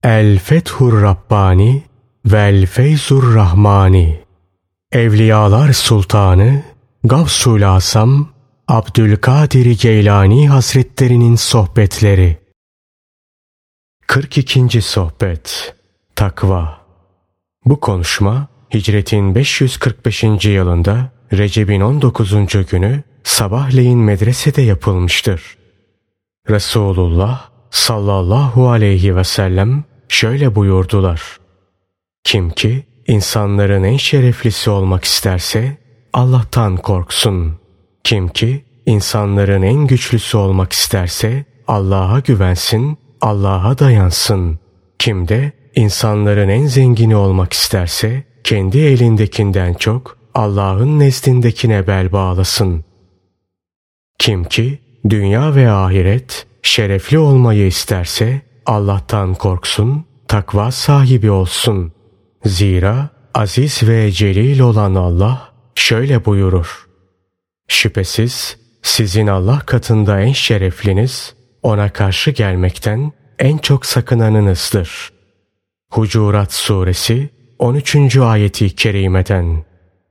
El Fethur Rabbani vel Feyzur Rahmani. Evliyalar Sultanı Gavsul Asam Abdülkadir Geylani Hazretlerinin sohbetleri. 42. sohbet. Takva. Bu konuşma Hicretin 545. yılında Recep'in 19. günü sabahleyin medresede yapılmıştır. Resulullah sallallahu aleyhi ve sellem şöyle buyurdular: Kim ki insanların en şereflisi olmak isterse Allah'tan korksun. Kim ki insanların en güçlüsü olmak isterse Allah'a güvensin, Allah'a dayansın. Kim de insanların en zengini olmak isterse kendi elindekinden çok Allah'ın nezdindekine bel bağlasın. Kim ki dünya ve ahiret şerefli olmayı isterse Allah'tan korksun, takva sahibi olsun. Zira aziz ve celil olan Allah şöyle buyurur: Şüphesiz sizin Allah katında en şerefliniz, ona karşı gelmekten en çok sakınanınızdır. Hucurat Suresi 13. ayeti kerimeden.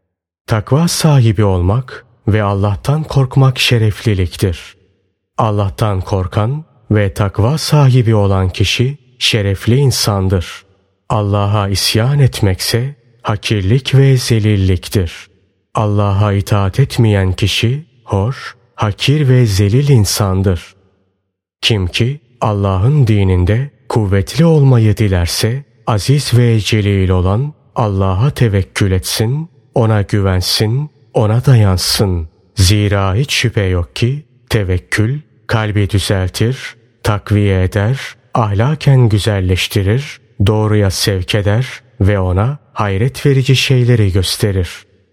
Takva sahibi olmak ve Allah'tan korkmak şerefliliktir. Allah'tan korkan ve takva sahibi olan kişi şerefli insandır. Allah'a isyan etmekse hakirlik ve zelilliktir. Allah'a itaat etmeyen kişi hor, hakir ve zelil insandır. Kim ki Allah'ın dininde kuvvetli olmayı dilerse aziz ve celil olan Allah'a tevekkül etsin, ona güvensin, ona dayansın. Zira hiç şüphe yok ki tevekkül kalbi düzeltir, takviye eder, ahlaken güzelleştirir, doğruya sevk eder ve ona hayret verici şeyleri gösterir.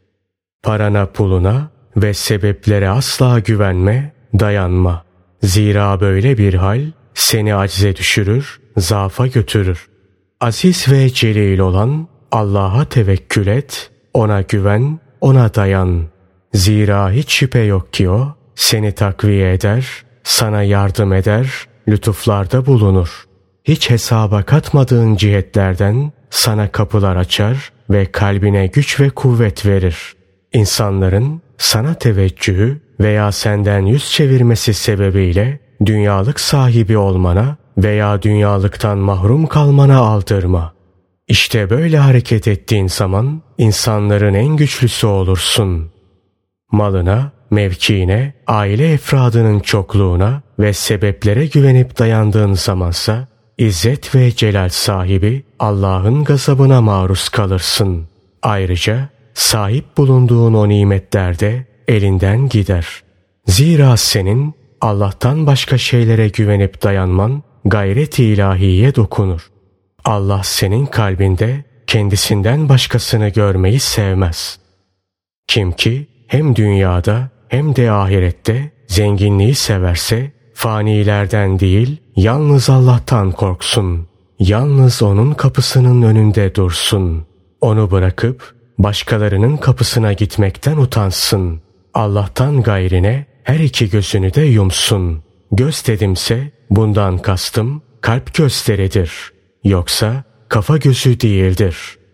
Parana, puluna ve sebeplere asla güvenme, dayanma. Zira böyle bir hal seni acize düşürür, zaafa götürür. Aziz ve celil olan Allah'a tevekkül et, ona güven, ona dayan. Zira hiç şüphe yok ki o seni takviye eder, sana yardım eder, lütuflarda bulunur. Hiç hesaba katmadığın cihetlerden sana kapılar açar ve kalbine güç ve kuvvet verir. İnsanların sana teveccühü veya senden yüz çevirmesi sebebiyle dünyalık sahibi olmana veya dünyalıktan mahrum kalmana aldırma. İşte böyle hareket ettiğin zaman insanların en güçlüsü olursun. Malına, mevkiine, aile efradının çokluğuna ve sebeplere güvenip dayandığın zamansa İzzet ve celal sahibi Allah'ın gazabına maruz kalırsın. Ayrıca sahip bulunduğun o nimetler de elinden gider. Zira senin Allah'tan başka şeylere güvenip dayanman gayret-i ilahiye dokunur. Allah senin kalbinde kendisinden başkasını görmeyi sevmez. Kim ki hem dünyada hem de ahirette zenginliği severse fanilerden değil yalnız Allah'tan korksun. Yalnız onun kapısının önünde dursun. Onu bırakıp başkalarının kapısına gitmekten utansın. Allah'tan gayrine her iki gözünü de yumsun. Göz dedimse bundan kastım kalp gözleridir. Yoksa kafa gözü değildir.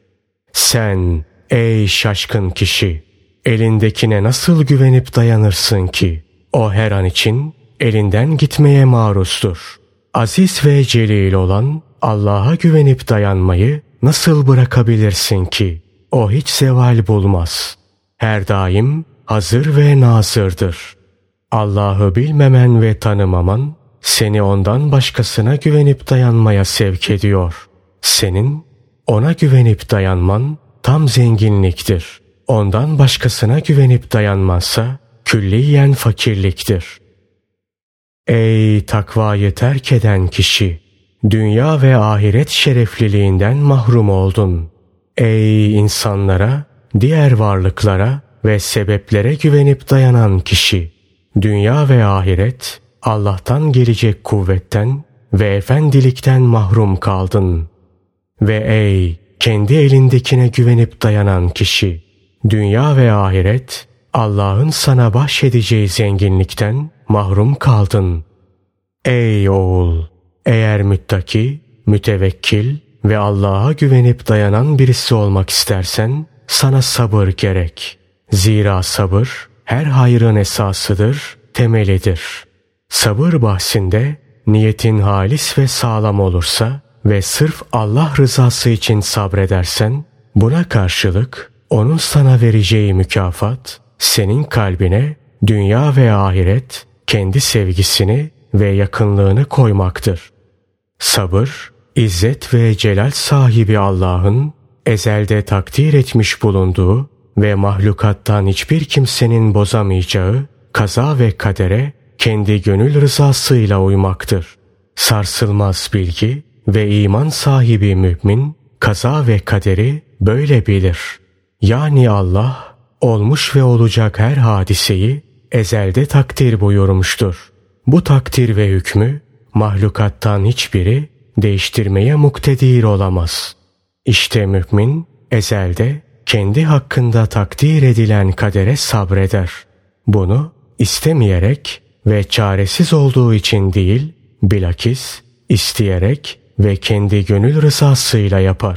Sen ey şaşkın kişi, elindekine nasıl güvenip dayanırsın ki? O her an için elinden gitmeye maruzdur. Aziz ve celil olan Allah'a güvenip dayanmayı nasıl bırakabilirsin ki? O hiç zeval bulmaz. Her daim hazır ve nazırdır. Allah'ı bilmemen ve tanımaman seni ondan başkasına güvenip dayanmaya sevk ediyor. Senin ona güvenip dayanman tam zenginliktir. Ondan başkasına güvenip dayanmazsa külliyen fakirliktir. Ey takvayı terk eden kişi! Dünya ve ahiret şerefliliğinden mahrum oldun. Ey insanlara, diğer varlıklara ve sebeplere güvenip dayanan kişi! Dünya ve ahiret, Allah'tan gelecek kuvvetten ve efendilikten mahrum kaldın. Ve ey kendi elindekine güvenip dayanan kişi! Dünya ve ahiret, Allah'ın sana bahşedeceği zenginlikten mahrum kaldın. Ey oğul! Eğer müttaki, mütevekkil ve Allah'a güvenip dayanan birisi olmak istersen sana sabır gerek. Zira sabır her hayrın esasıdır, temelidir. Sabır bahsinde niyetin halis ve sağlam olursa ve sırf Allah rızası için sabredersen, buna karşılık onun sana vereceği mükafat, senin kalbine dünya ve ahiret kendi sevgisini ve yakınlığını koymaktır. Sabır, İzzet ve celal sahibi Allah'ın ezelde takdir etmiş bulunduğu ve mahlukattan hiçbir kimsenin bozamayacağı kaza ve kadere kendi gönül rızasıyla uymaktır. Sarsılmaz bilgi ve iman sahibi mümin kaza ve kaderi böyle bilir. Yani Allah olmuş ve olacak her hadiseyi ezelde takdir buyurmuştur. Bu takdir ve hükmü mahlukattan hiçbiri değiştirmeye muktedir olamaz. İşte mümin ezelde kendi hakkında takdir edilen kadere sabreder. Bunu istemeyerek ve çaresiz olduğu için değil, bilakis isteyerek ve kendi gönül rızasıyla yapar.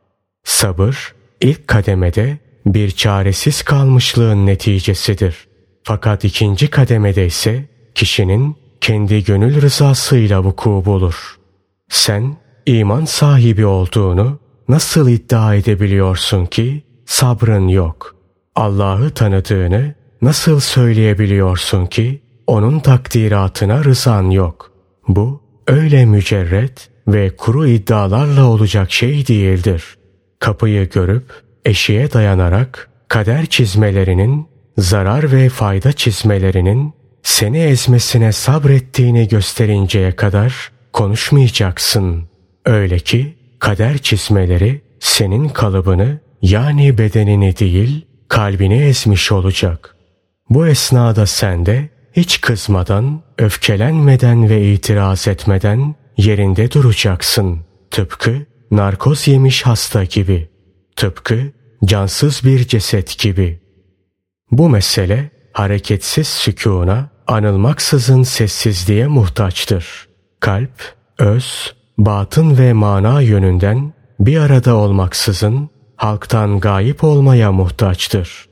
Sabır ilk kademede bir çaresiz kalmışlığın neticesidir. Fakat ikinci kademede ise kişinin kendi gönül rızasıyla vuku bulur. Sen iman sahibi olduğunu nasıl iddia edebiliyorsun ki sabrın yok? Allah'ı tanıdığını nasıl söyleyebiliyorsun ki onun takdiratına rızan yok? Bu öyle mücerret ve kuru iddialarla olacak şey değildir. Kapıyı görüp eşiğe dayanarak kader çizmelerinin, zarar ve fayda çizmelerinin seni ezmesine sabrettiğini gösterinceye kadar konuşmayacaksın. Öyle ki kader çizmeleri senin kalıbını, yani bedenini değil kalbini ezmiş olacak. Bu esnada sen de hiç kızmadan, öfkelenmeden ve itiraz etmeden yerinde duracaksın. Tıpkı narkoz yemiş hasta gibi. Tıpkı cansız bir ceset gibi. Bu mesele hareketsiz sükûna, anılmaksızın sessizliğe muhtaçtır. Kalp, öz, batın ve mana yönünden bir arada olmaksızın halktan gayip olmaya muhtaçtır.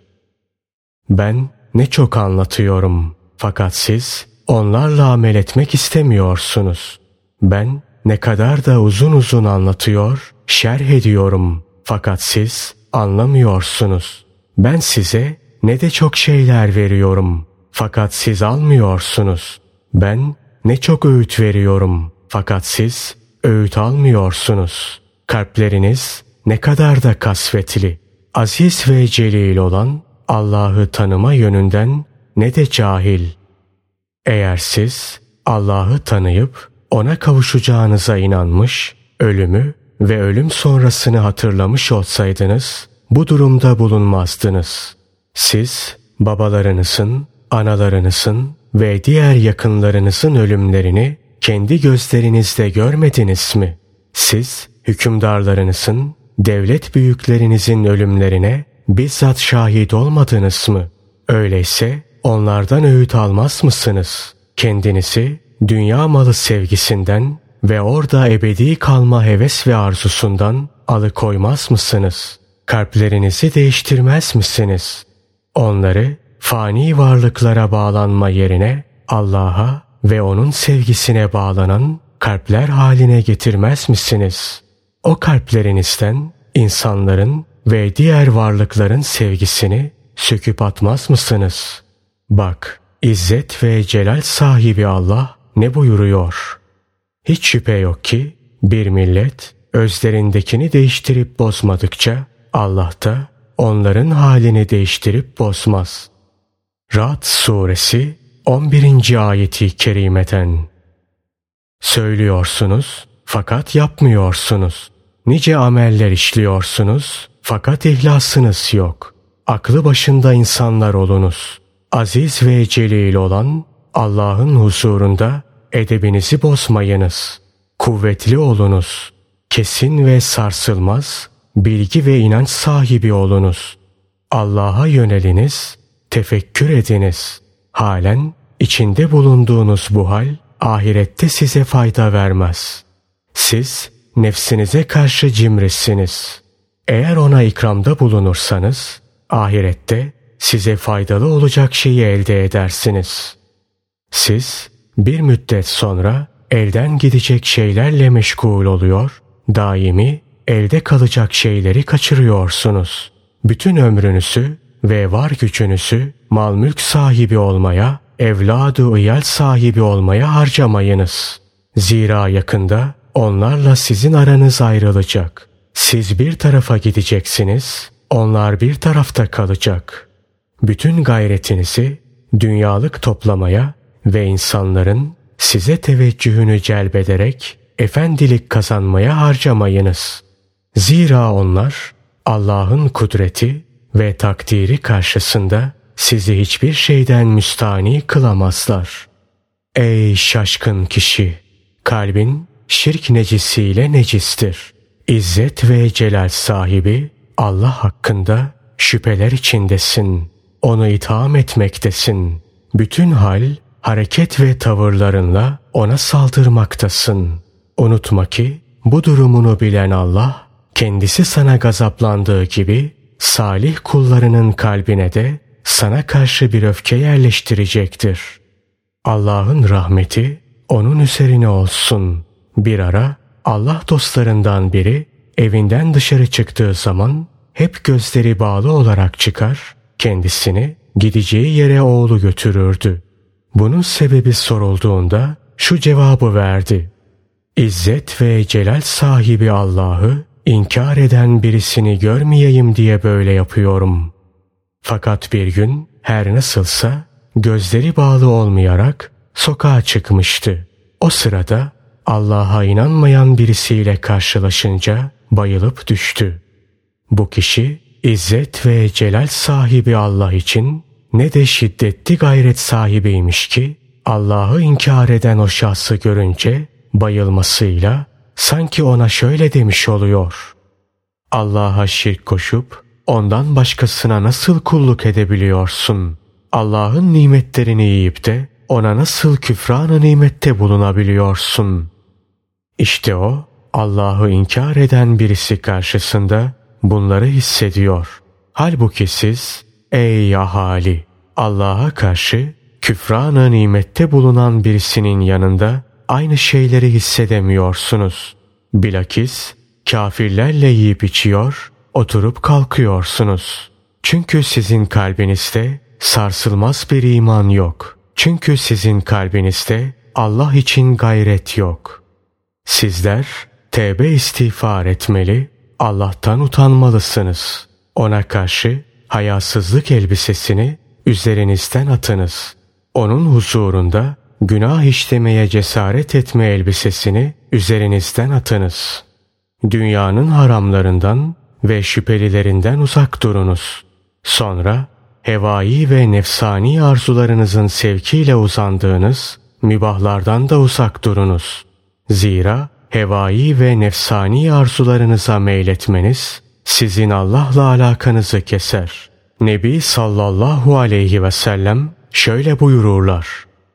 Ben ne çok anlatıyorum, fakat siz onlarla amel etmek istemiyorsunuz. Ben ne kadar da uzun uzun anlatıyor, şerh ediyorum, fakat siz anlamıyorsunuz. Ben size ne de çok şeyler veriyorum, fakat siz almıyorsunuz. Ben ne çok öğüt veriyorum, fakat siz öğüt almıyorsunuz. Kalpleriniz ne kadar da kasvetli, aziz ve celil olan Allah'ı tanıma yönünden ne de cahil. Eğer siz Allah'ı tanıyıp ona kavuşacağınıza inanmış, ölümü ve ölüm sonrasını hatırlamış olsaydınız, bu durumda bulunmazdınız. Siz babalarınızın, analarınızın ve diğer yakınlarınızın ölümlerini kendi gözlerinizle görmediniz mi? Siz hükümdarlarınızın, devlet büyüklerinizin ölümlerine bizzat şahit olmadınız mı? Öyleyse onlardan öğüt almaz mısınız? Kendinizi dünya malı sevgisinden ve orada ebedi kalma heves ve arzusundan alıkoymaz mısınız? Kalplerinizi değiştirmez misiniz? Onları fani varlıklara bağlanma yerine Allah'a ve onun sevgisine bağlanan kalpler haline getirmez misiniz? O kalplerinizden insanların ve diğer varlıkların sevgisini söküp atmaz mısınız? Bak, İzzet ve celal sahibi Allah ne buyuruyor? Hiç şüphe yok ki bir millet özlerindekini değiştirip bozmadıkça Allah da onların halini değiştirip bozmaz. Ra'd suresi 11. ayeti kerimeten. Söylüyorsunuz fakat yapmıyorsunuz. Nice ameller işliyorsunuz fakat ihlasınız yok. Aklı başında insanlar olunuz. Aziz ve celil olan Allah'ın huzurunda edebinizi bozmayınız. Kuvvetli olunuz. Kesin ve sarsılmaz bilgi ve inanç sahibi olunuz. Allah'a yöneliniz, tefekkür ediniz. Halen içinde bulunduğunuz bu hal ahirette size fayda vermez. Siz nefsinize karşı cimrisiniz. Eğer ona ikramda bulunursanız, ahirette size faydalı olacak şeyi elde edersiniz. Siz bir müddet sonra elden gidecek şeylerle meşgul oluyor, daimi elde kalacak şeyleri kaçırıyorsunuz. Bütün ömrünüzü ve var gücünüzü mal mülk sahibi olmaya, evladı iyal sahibi olmaya harcamayınız. Zira yakında onlarla sizin aranız ayrılacak. Siz bir tarafa gideceksiniz, onlar bir tarafta kalacak. Bütün gayretinizi dünyalık toplamaya ve insanların size teveccühünü celbederek efendilik kazanmaya harcamayınız. Zira onlar Allah'ın kudreti ve takdiri karşısında sizi hiçbir şeyden müstani kılamazlar. Ey şaşkın kişi! Kalbin şirk necisiyle necistir. İzzet ve celal sahibi Allah hakkında şüpheler içindesin. Onu itham etmektesin. Bütün hal, hareket ve tavırlarınla ona saldırmaktasın. Unutma ki bu durumunu bilen Allah, kendisi sana gazaplandığı gibi salih kullarının kalbine de sana karşı bir öfke yerleştirecektir. Allah'ın rahmeti onun üzerine olsun. Bir ara Allah dostlarından biri evinden dışarı çıktığı zaman hep gözleri bağlı olarak çıkar, kendisini gideceği yere oğlu götürürdü. Bunun sebebi sorulduğunda şu cevabı verdi: İzzet ve celal sahibi Allah'ı inkar eden birisini görmeyeyim diye böyle yapıyorum. Fakat bir gün her nasılsa gözleri bağlı olmayarak sokağa çıkmıştı. O sırada Allah'a inanmayan birisiyle karşılaşınca bayılıp düştü. Bu kişi İzzet ve celal sahibi Allah için ne de şiddetli gayret sahibiymiş ki Allah'ı inkar eden o şahsı görünce bayılmasıyla sanki ona şöyle demiş oluyor: Allah'a şirk koşup ondan başkasına nasıl kulluk edebiliyorsun? Allah'ın nimetlerini yiyip de ona nasıl küfran-ı nimette bulunabiliyorsun? İşte o Allah'ı inkar eden birisi karşısında bunları hissediyor. Halbuki siz ey ahali, Allah'a karşı küfran-ı nimette bulunan birisinin yanında aynı şeyleri hissedemiyorsunuz. Bilakis kafirlerle yiyip içiyor, oturup kalkıyorsunuz. Çünkü sizin kalbinizde sarsılmaz bir iman yok. Çünkü sizin kalbinizde Allah için gayret yok. Sizler tevbe istiğfar etmeli, Allah'tan utanmalısınız. Ona karşı hayasızlık elbisesini üzerinizden atınız. Onun huzurunda günah işlemeye cesaret etme elbisesini üzerinizden atınız. Dünyanın haramlarından ve şüphelilerinden uzak durunuz. Sonra hevai ve nefsani arzularınızın sevkiyle uzandığınız mübahlardan da uzak durunuz. Zira hevai ve nefsani arzularınıza meyletmeniz sizin Allah'la alakanızı keser. Nebi sallallahu aleyhi ve sellem şöyle buyururlar: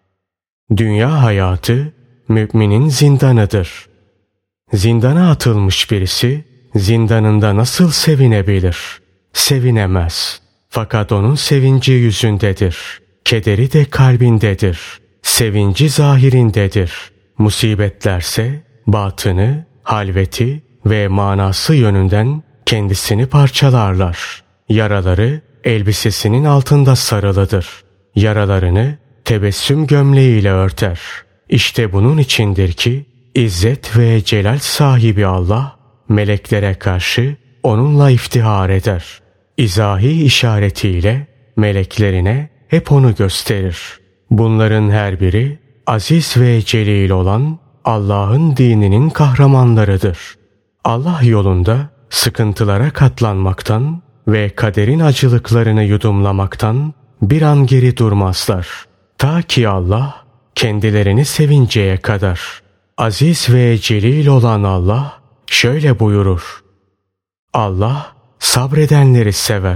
Dünya hayatı müminin zindanıdır. Zindana atılmış birisi zindanında nasıl sevinebilir? Sevinemez. Fakat onun sevinci yüzündedir. Kederi de kalbindedir. Sevinci zahirindedir. Musibetlerse batını, halveti ve manası yönünden kendisini parçalarlar. Yaraları elbisesinin altında sarılıdır. Yaralarını tebessüm gömleğiyle örter. İşte bunun içindir ki İzzet ve celal sahibi Allah meleklere karşı onunla iftihar eder. İzahi işaretiyle meleklerine hep onu gösterir. Bunların her biri aziz ve celil olan Allah'ın dininin kahramanlarıdır. Allah yolunda sıkıntılara katlanmaktan ve kaderin acılıklarını yudumlamaktan bir an geri durmazlar. Ta ki Allah kendilerini sevinceye kadar. Aziz ve celil olan Allah şöyle buyurur: Allah sabredenleri sever.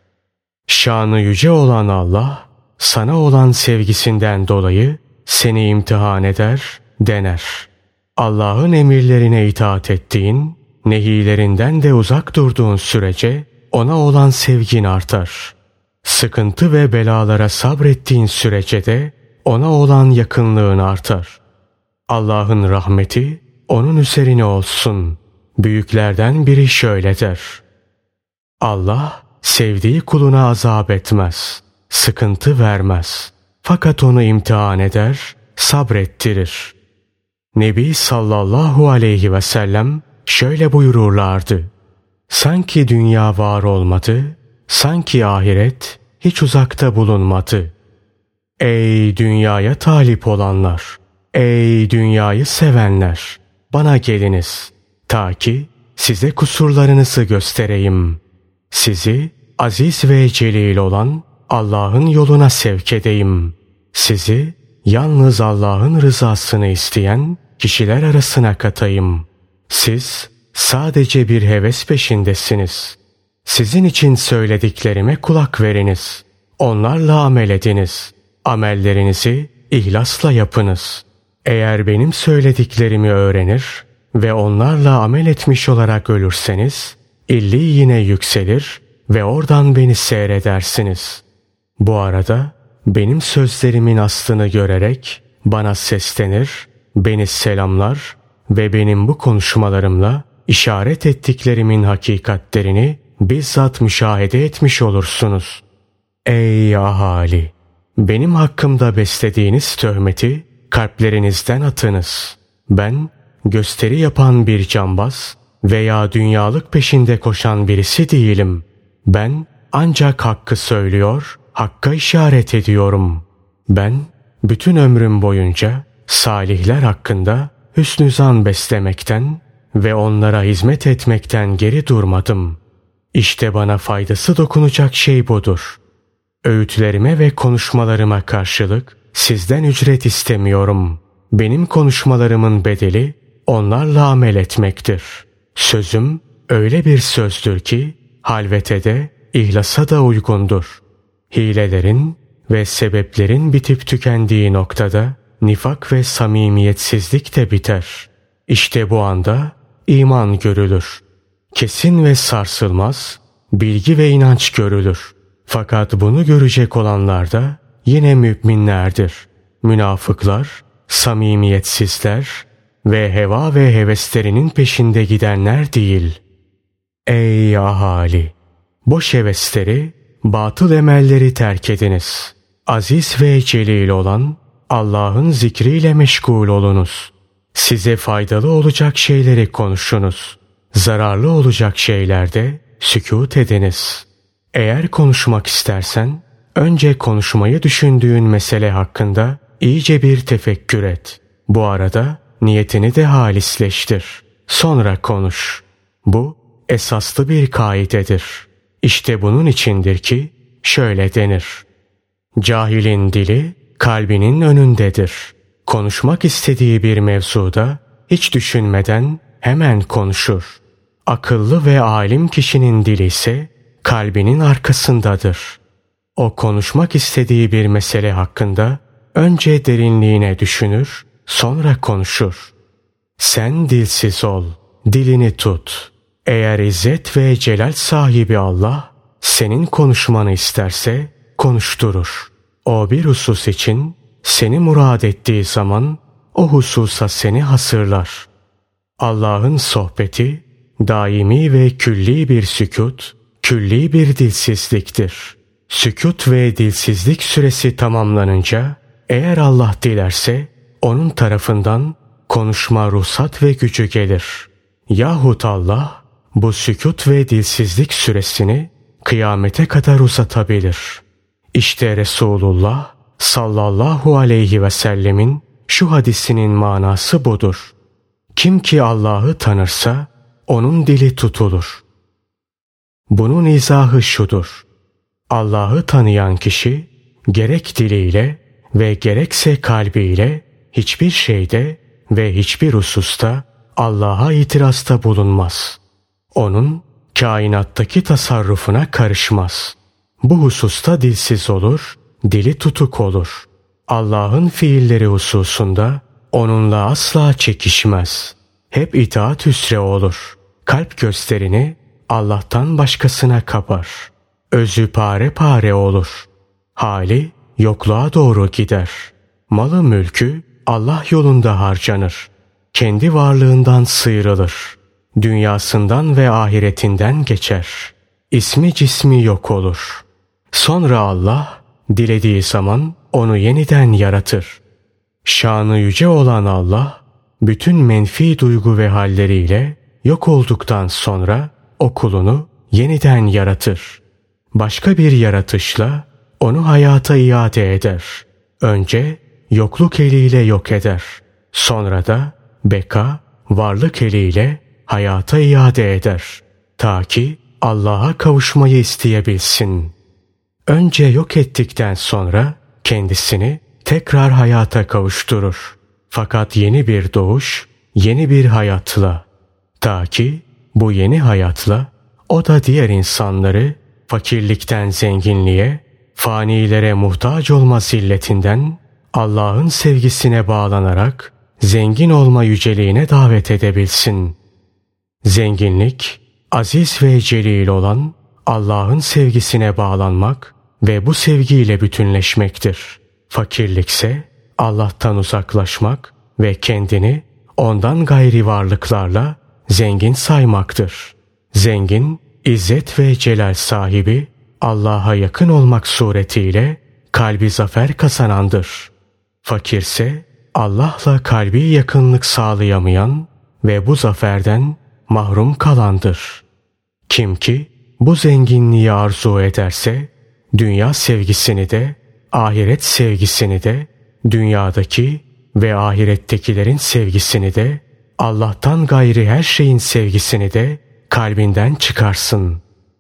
Şanı yüce olan Allah sana olan sevgisinden dolayı seni imtihan eder, dener. Allah'ın emirlerine itaat ettiğin, nehilerinden de uzak durduğun sürece ona olan sevgin artar. Sıkıntı ve belalara sabrettiğin sürece de ona olan yakınlığın artar. Allah'ın rahmeti onun üzerine olsun. Büyüklerden biri şöyle der: Allah sevdiği kuluna azap etmez, sıkıntı vermez. Fakat onu imtihan eder, sabrettirir. Nebi sallallahu aleyhi ve sellem şöyle buyururlardı: sanki dünya var olmadı, sanki ahiret hiç uzakta bulunmadı. Ey dünyaya talip olanlar! Ey dünyayı sevenler! Bana geliniz, ta ki size kusurlarınızı göstereyim. Sizi aziz ve celil olan Allah'ın yoluna sevk edeyim. Sizi yalnız Allah'ın rızasını isteyen kişiler arasına katayım. Siz sadece bir heves peşindesiniz. Sizin için söylediklerime kulak veriniz. Onlarla amel ediniz. Amellerinizi ihlasla yapınız. Eğer benim söylediklerimi öğrenir ve onlarla amel etmiş olarak ölürseniz, illiyine yükselir ve oradan beni seyredersiniz. Bu arada benim sözlerimin aslını görerek bana seslenir, beni selamlar ve benim bu konuşmalarımla işaret ettiklerimin hakikatlerini bizzat müşahede etmiş olursunuz. Ey ahali! Benim hakkımda beslediğiniz töhmeti kalplerinizden atınız. Ben gösteri yapan bir cambaz veya dünyalık peşinde koşan birisi değilim. Ben ancak hakkı söylüyor, hakka işaret ediyorum. Ben bütün ömrüm boyunca salihler hakkında hüsnü zan beslemekten ve onlara hizmet etmekten geri durmadım. İşte bana faydası dokunacak şey budur. Öğütlerime ve konuşmalarıma karşılık sizden ücret istemiyorum. Benim konuşmalarımın bedeli onlarla amel etmektir. Sözüm öyle bir sözdür ki halvete de ihlasa da uygundur. Hilelerin ve sebeplerin bitip tükendiği noktada nifak ve samimiyetsizlik de biter. İşte bu anda iman görülür. Kesin ve sarsılmaz bilgi ve inanç görülür. Fakat bunu görecek olanlar da yine müminlerdir. Münafıklar, samimiyetsizler ve heva ve heveslerinin peşinde gidenler değil. Ey ahali! Boş hevesleri, batıl emelleri terk ediniz. Aziz ve celil olan Allah'ın zikriyle meşgul olunuz. Size faydalı olacak şeyleri konuşunuz. Zararlı olacak şeylerde sükût ediniz. Eğer konuşmak istersen, önce konuşmayı düşündüğün mesele hakkında iyice bir tefekkür et. Bu arada niyetini de halisleştir. Sonra konuş. Bu esaslı bir kaidedir. İşte bunun içindir ki şöyle denir: cahilin dili kalbinin önündedir. Konuşmak istediği bir mevzuda hiç düşünmeden hemen konuşur. Akıllı ve alim kişinin dili ise kalbinin arkasındadır. O konuşmak istediği bir mesele hakkında önce derinliğine düşünür, sonra konuşur. Sen dilsiz ol, dilini tut. Eğer izzet ve celal sahibi Allah senin konuşmanı isterse konuşturur. O bir husus için seni murad ettiği zaman o hususa seni hasırlar. Allah'ın sohbeti daimi ve külli bir sükût, külli bir dilsizliktir. Sükût ve dilsizlik süresi tamamlanınca eğer Allah dilerse onun tarafından konuşma ruhsat ve gücü gelir. Yahut Allah bu sükût ve dilsizlik süresini kıyamete kadar uzatabilir. İşte Resulullah sallallahu aleyhi ve sellemin şu hadisinin manası budur: kim ki Allah'ı tanırsa onun dili tutulur. Bunun izahı şudur: Allah'ı tanıyan kişi gerek diliyle ve gerekse kalbiyle hiçbir şeyde ve hiçbir hususta Allah'a itirazda bulunmaz. Onun kainattaki tasarrufuna karışmaz. Bu hususta dilsiz olur, dili tutuk olur. Allah'ın fiilleri hususunda Onunla asla çekişmez. Hep itaat üzere olur. Kalp gözlerini Allah'tan başkasına kapar. Özü pare pare olur. Hali yokluğa doğru gider. Malı mülkü Allah yolunda harcanır. Kendi varlığından sıyrılır. Dünyasından ve ahiretinden geçer. İsmi cismi yok olur. Sonra Allah dilediği zaman onu yeniden yaratır. Şanı yüce olan Allah bütün menfi duygu ve halleriyle yok olduktan sonra o kulunu yeniden yaratır. Başka bir yaratışla onu hayata iade eder. Önce yokluk eliyle yok eder. Sonra da beka, varlık eliyle hayata iade eder. Ta ki Allah'a kavuşmayı isteyebilsin. Önce yok ettikten sonra kendisini tekrar hayata kavuşturur. Fakat yeni bir doğuş, yeni bir hayatla. Ta ki bu yeni hayatla o da diğer insanları fakirlikten zenginliğe, fanilere muhtaç olma zilletinden Allah'ın sevgisine bağlanarak zengin olma yüceliğine davet edebilsin. Zenginlik, aziz ve celil olan Allah'ın sevgisine bağlanmak ve bu sevgiyle bütünleşmektir. Fakirlikse Allah'tan uzaklaşmak ve kendini ondan gayri varlıklarla zengin saymaktır. Zengin, izzet ve celal sahibi, Allah'a yakın olmak suretiyle kalbi zafer kazanandır. Fakirse Allah'la kalbi yakınlık sağlayamayan ve bu zaferden mahrum kalandır. Kim ki bu zenginliği arzu ederse, dünya sevgisini de, ahiret sevgisini de, dünyadaki ve ahirettekilerin sevgisini de, Allah'tan gayri her şeyin sevgisini de kalbinden çıkarsın.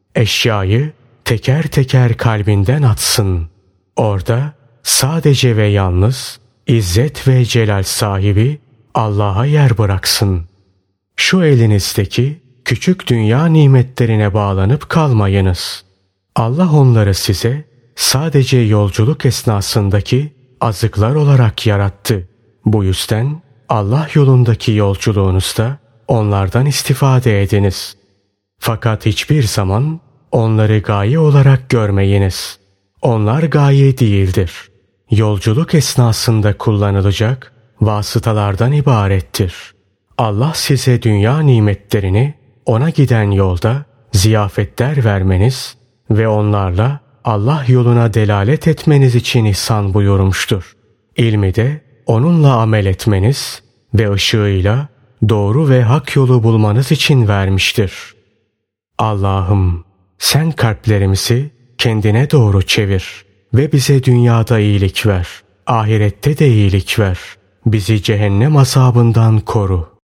Eşyayı teker teker kalbinden atsın. Orada sadece ve yalnız İzzet ve celal sahibi Allah'a yer bıraksın. Şu elinizdeki küçük dünya nimetlerine bağlanıp kalmayınız. Allah onları size sadece yolculuk esnasındaki azıklar olarak yarattı. Bu yüzden Allah yolundaki yolculuğunuzda onlardan istifade ediniz. Fakat hiçbir zaman onları gaye olarak görmeyiniz. Onlar gaye değildir. Yolculuk esnasında kullanılacak vasıtalardan ibarettir. Allah size dünya nimetlerini ona giden yolda ziyafetler vermeniz ve onlarla Allah yoluna delalet etmeniz için ihsan buyurmuştur. İlmi de onunla amel etmeniz ve ışığıyla doğru ve hak yolu bulmanız için vermiştir. Allah'ım sen kalplerimizi kendine doğru çevir ve bize dünyada iyilik ver, ahirette de iyilik ver. Bizi cehennem azabından koru.